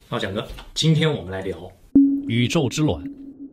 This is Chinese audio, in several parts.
好，蒋哥，今天我们来聊宇宙之卵。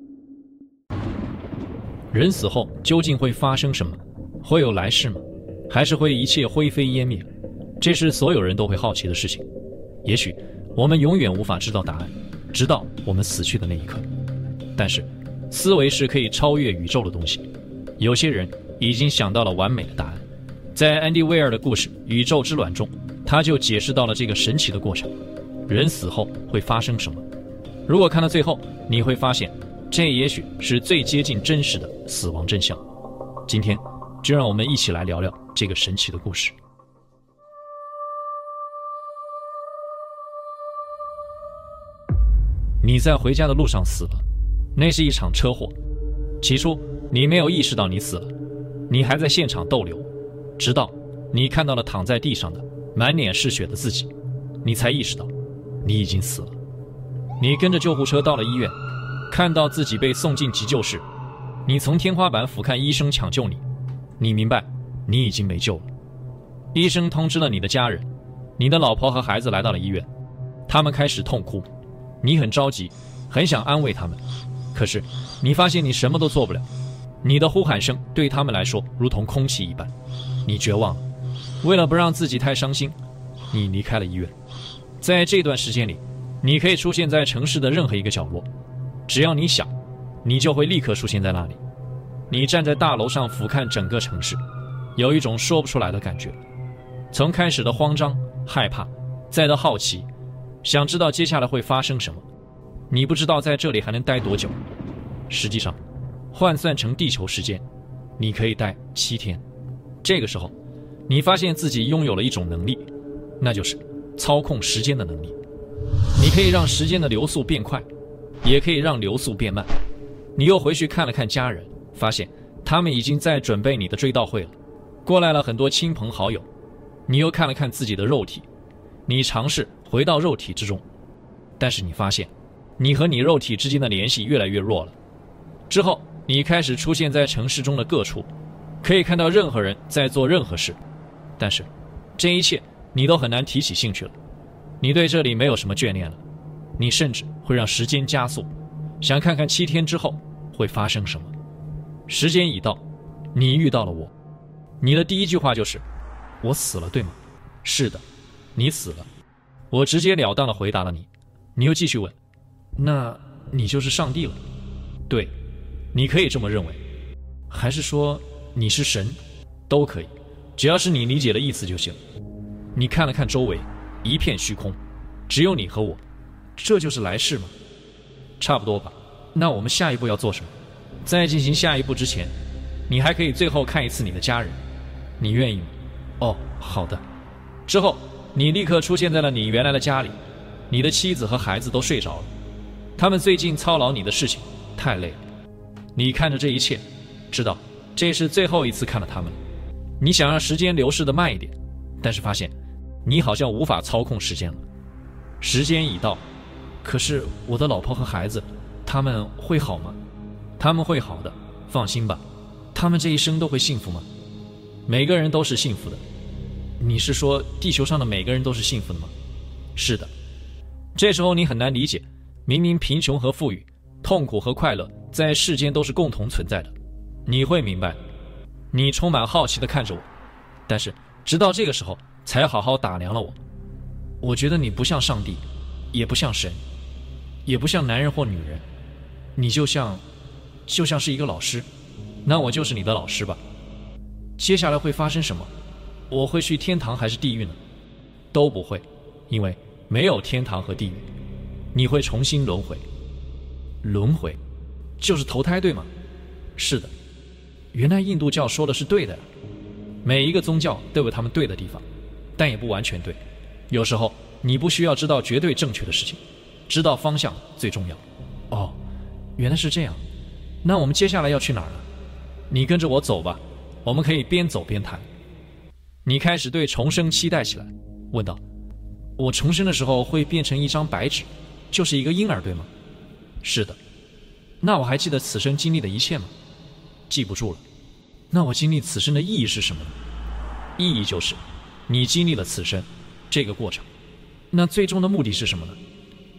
人死后究竟会发生什么？会有来世吗？还是会一切灰飞烟灭？这是所有人都会好奇的事情。也许我们永远无法知道答案，直到我们死去的那一刻。但是思维是可以超越宇宙的东西。有些人已经想到了完美的答案。在安迪·威尔的故事《宇宙之卵》中，他就解释到了这个神奇的过程。人死后会发生什么？如果看到最后，你会发现这也许是最接近真实的死亡真相。今天就让我们一起来聊聊这个神奇的故事。你在回家的路上死了，那是一场车祸。起初你没有意识到你死了，你还在现场逗留，直到你看到了躺在地上的满脸是血的自己，你才意识到你已经死了。你跟着救护车到了医院，看到自己被送进急救室，你从天花板俯瞰医生抢救你，你明白你已经没救了。医生通知了你的家人，你的老婆和孩子来到了医院，他们开始痛哭，你很着急，很想安慰他们，可是你发现你什么都做不了，你的呼喊声对他们来说如同空气一般，你绝望了。为了不让自己太伤心，你离开了医院。在这段时间里，你可以出现在城市的任何一个角落，只要你想，你就会立刻出现在那里。你站在大楼上俯瞰整个城市，有一种说不出来的感觉，从开始的慌张害怕，再到好奇，想知道接下来会发生什么。你不知道在这里还能待多久，实际上换算成地球时间，你可以待7天。这个时候你发现自己拥有了一种能力，那就是操控时间的能力。你可以让时间的流速变快，也可以让流速变慢。你又回去看了看家人，发现他们已经在准备你的追悼会了，过来了很多亲朋好友。你又看了看自己的肉体，你尝试回到肉体之中，但是你发现你和你肉体之间的联系越来越弱了。之后你开始出现在城市中的各处，可以看到任何人在做任何事，但是这一切你都很难提起兴趣了。你对这里没有什么眷恋了，你甚至会让时间加速，想看看7天之后会发生什么。时间已到，你遇到了我。你的第一句话就是我死了，对吗？是的，你死了。我直截了当地回答了你。你又继续问，那你就是上帝了？对，你可以这么认为，还是说你是神？都可以，只要是你理解的意思就行。你看了看周围，一片虚空，只有你和我，这就是来世吗？差不多吧。那我们下一步要做什么？在进行下一步之前，你还可以最后看一次你的家人，你愿意吗？哦，好的。之后你立刻出现在了你原来的家里，你的妻子和孩子都睡着了，他们最近操劳你的事情太累了。你看着这一切，知道这是最后一次看到他们了。你想让时间流逝的慢一点，但是发现你好像无法操控时间了。时间已到，可是我的老婆和孩子，他们会好吗？他们会好的，放心吧。他们这一生都会幸福吗？每个人都是幸福的。你是说地球上的每个人都是幸福的吗？是的。这时候你很难理解，明明贫穷和富裕，痛苦和快乐在世间都是共同存在的。你会明白。你充满好奇地看着我，但是直到这个时候才好好打量了我。我觉得你不像上帝，也不像神，也不像男人或女人，你就像是一个老师。那我就是你的老师吧。接下来会发生什么？我会去天堂还是地狱呢？都不会，因为没有天堂和地狱，你会重新轮回。轮回就是投胎，对吗？是的。原来印度教说的是对的呀。每一个宗教都有他们对的地方，但也不完全对。有时候你不需要知道绝对正确的事情，知道方向最重要。哦，原来是这样。那我们接下来要去哪儿呢？你跟着我走吧，我们可以边走边谈。你开始对重生期待起来，问道，我重生的时候会变成一张白纸，就是一个婴儿，对吗？是的。那我还记得此生经历的一切吗？记不住了。那我经历此生的意义是什么呢？意义就是你经历了此生这个过程。那最终的目的是什么呢？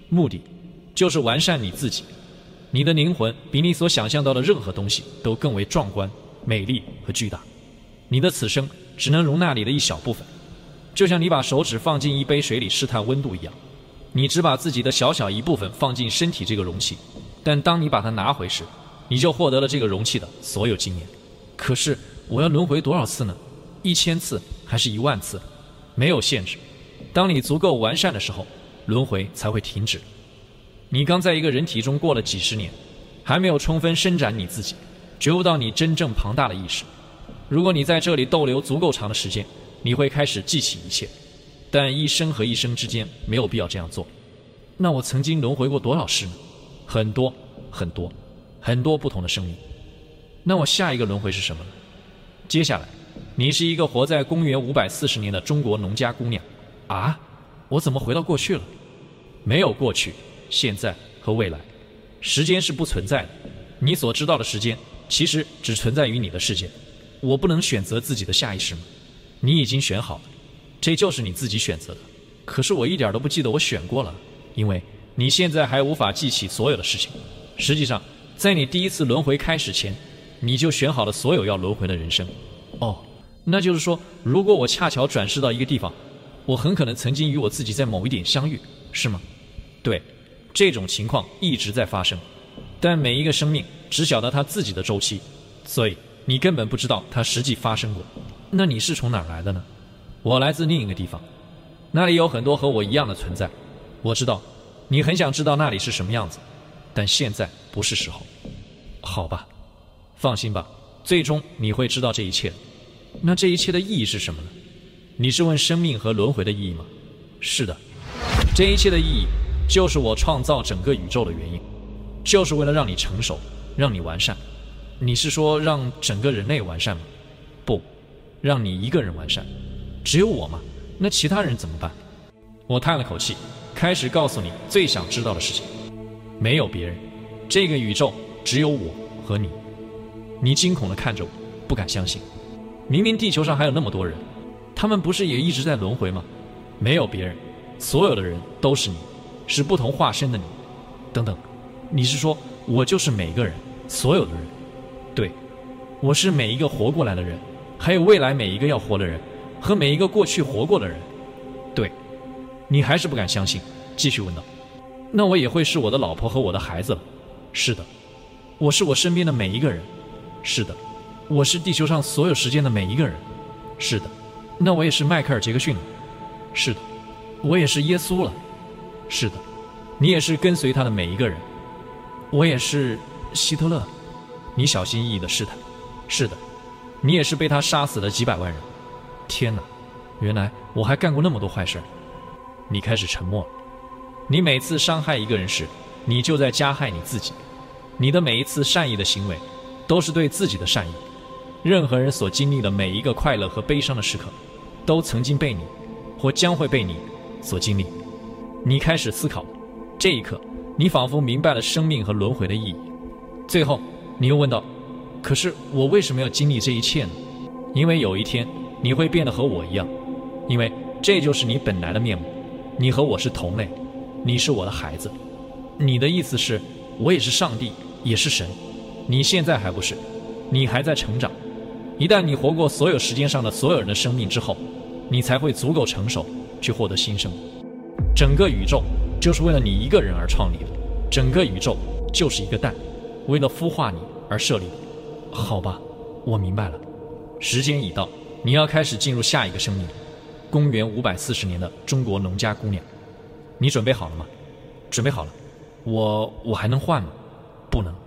目的就是完善你自己。你的灵魂比你所想象到的任何东西都更为壮观、美丽和巨大。你的此生只能容纳你的一小部分，就像你把手指放进一杯水里试探温度一样，你只把自己的小小一部分放进身体这个容器，但当你把它拿回时，你就获得了这个容器的所有经验。可是我要轮回多少次呢？1000次还是10000次？没有限制。当你足够完善的时候，轮回才会停止。你刚在一个人体中过了几十年，还没有充分伸展你自己，觉悟到你真正庞大的意识。如果你在这里逗留足够长的时间，你会开始记起一切，但一生和一生之间没有必要这样做。那我曾经轮回过多少世呢？很多很多很多不同的生命。那我下一个轮回是什么呢？接下来你是一个活在公元540年的中国农家姑娘。啊，我怎么回到过去了？没有过去、现在和未来，时间是不存在的。你所知道的时间其实只存在于你的世界。我不能选择自己的下一世吗？你已经选好了，这就是你自己选择的。可是我一点都不记得我选过了，因为你现在还无法记起所有的事情。实际上在你第一次轮回开始前，你就选好了所有要轮回的人生。哦，那就是说，如果我恰巧转世到一个地方，我很可能曾经与我自己在某一点相遇，是吗？对，这种情况一直在发生，但每一个生命只晓得它自己的周期，所以你根本不知道它实际发生过。那你是从哪儿来的呢？我来自另一个地方，那里有很多和我一样的存在。我知道你很想知道那里是什么样子，但现在不是时候。好吧，放心吧，最终你会知道这一切。那这一切的意义是什么呢？你是问生命和轮回的意义吗？是的，这一切的意义就是我创造整个宇宙的原因，就是为了让你成熟，让你完善。你是说让整个人类完善吗？不，让你一个人完善。只有我吗？那其他人怎么办？我叹了口气，开始告诉你最想知道的事情。没有别人，这个宇宙只有我和你。你惊恐地看着我，不敢相信。明明地球上还有那么多人，他们不是也一直在轮回吗？没有别人，所有的人都是你，是不同化身的你。等等，你是说我就是每个人，所有的人？对，我是每一个活过来的人，还有未来每一个要活的人，和每一个过去活过的人。对，你还是不敢相信，继续问道。那我也会是我的老婆和我的孩子了。是的，我是我身边的每一个人。是的，我是地球上所有时间的每一个人。是的，那我也是迈克尔·杰克逊了。是的，我也是耶稣了。是的，你也是跟随他的每一个人。我也是希特勒。你小心翼翼地试探。是的，你也是被他杀死的几百万人。天哪，原来我还干过那么多坏事。你开始沉默了。你每次伤害一个人时，你就在加害你自己。你的每一次善意的行为都是对自己的善意。任何人所经历的每一个快乐和悲伤的时刻，都曾经被你，或将会被你所经历。你开始思考了。这一刻，你仿佛明白了生命和轮回的意义。最后，你又问道：可是我为什么要经历这一切呢？因为有一天，你会变得和我一样，因为这就是你本来的面目。你和我是同类，你是我的孩子。你的意思是，我也是上帝，也是神。你现在还不是，你还在成长。一旦你活过所有时间上的所有人的生命之后，你才会足够成熟去获得新生。整个宇宙就是为了你一个人而创立的，整个宇宙就是一个蛋，为了孵化你而设立的。好吧，我明白了。时间已到，你要开始进入下一个生命。公元540年的中国农家姑娘，你准备好了吗？准备好了。我还能换吗？不能。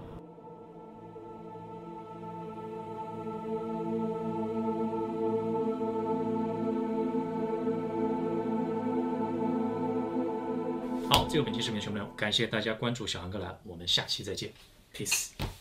好，这个本期视频全部内容，感谢大家关注小韩哥来了，我们下期再见 ，peace。